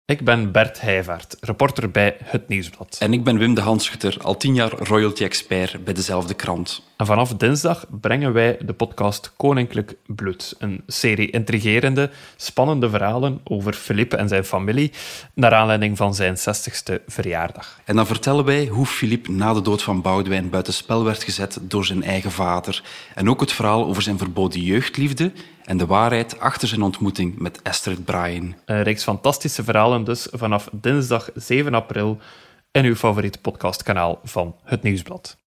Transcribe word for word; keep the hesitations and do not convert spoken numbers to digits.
Ik ben Bert Heijvaart, reporter bij Het Nieuwsblad. En ik ben Wim de Hanschutter, al tien jaar royalty-expert bij dezelfde krant. En vanaf dinsdag brengen wij de podcast Koninklijk Bloed. Een serie intrigerende, spannende verhalen over Philippe en zijn familie, naar aanleiding van zijn zestigste verjaardag. En dan vertellen wij hoe Philippe na de dood van Boudewijn buitenspel werd gezet door zijn eigen vader. En ook het verhaal over zijn verboden jeugdliefde en de waarheid achter zijn ontmoeting met Astrid Braaien. Een reeks fantastische verhalen dus vanaf dinsdag zeven april in uw favoriete podcastkanaal van Het Nieuwsblad.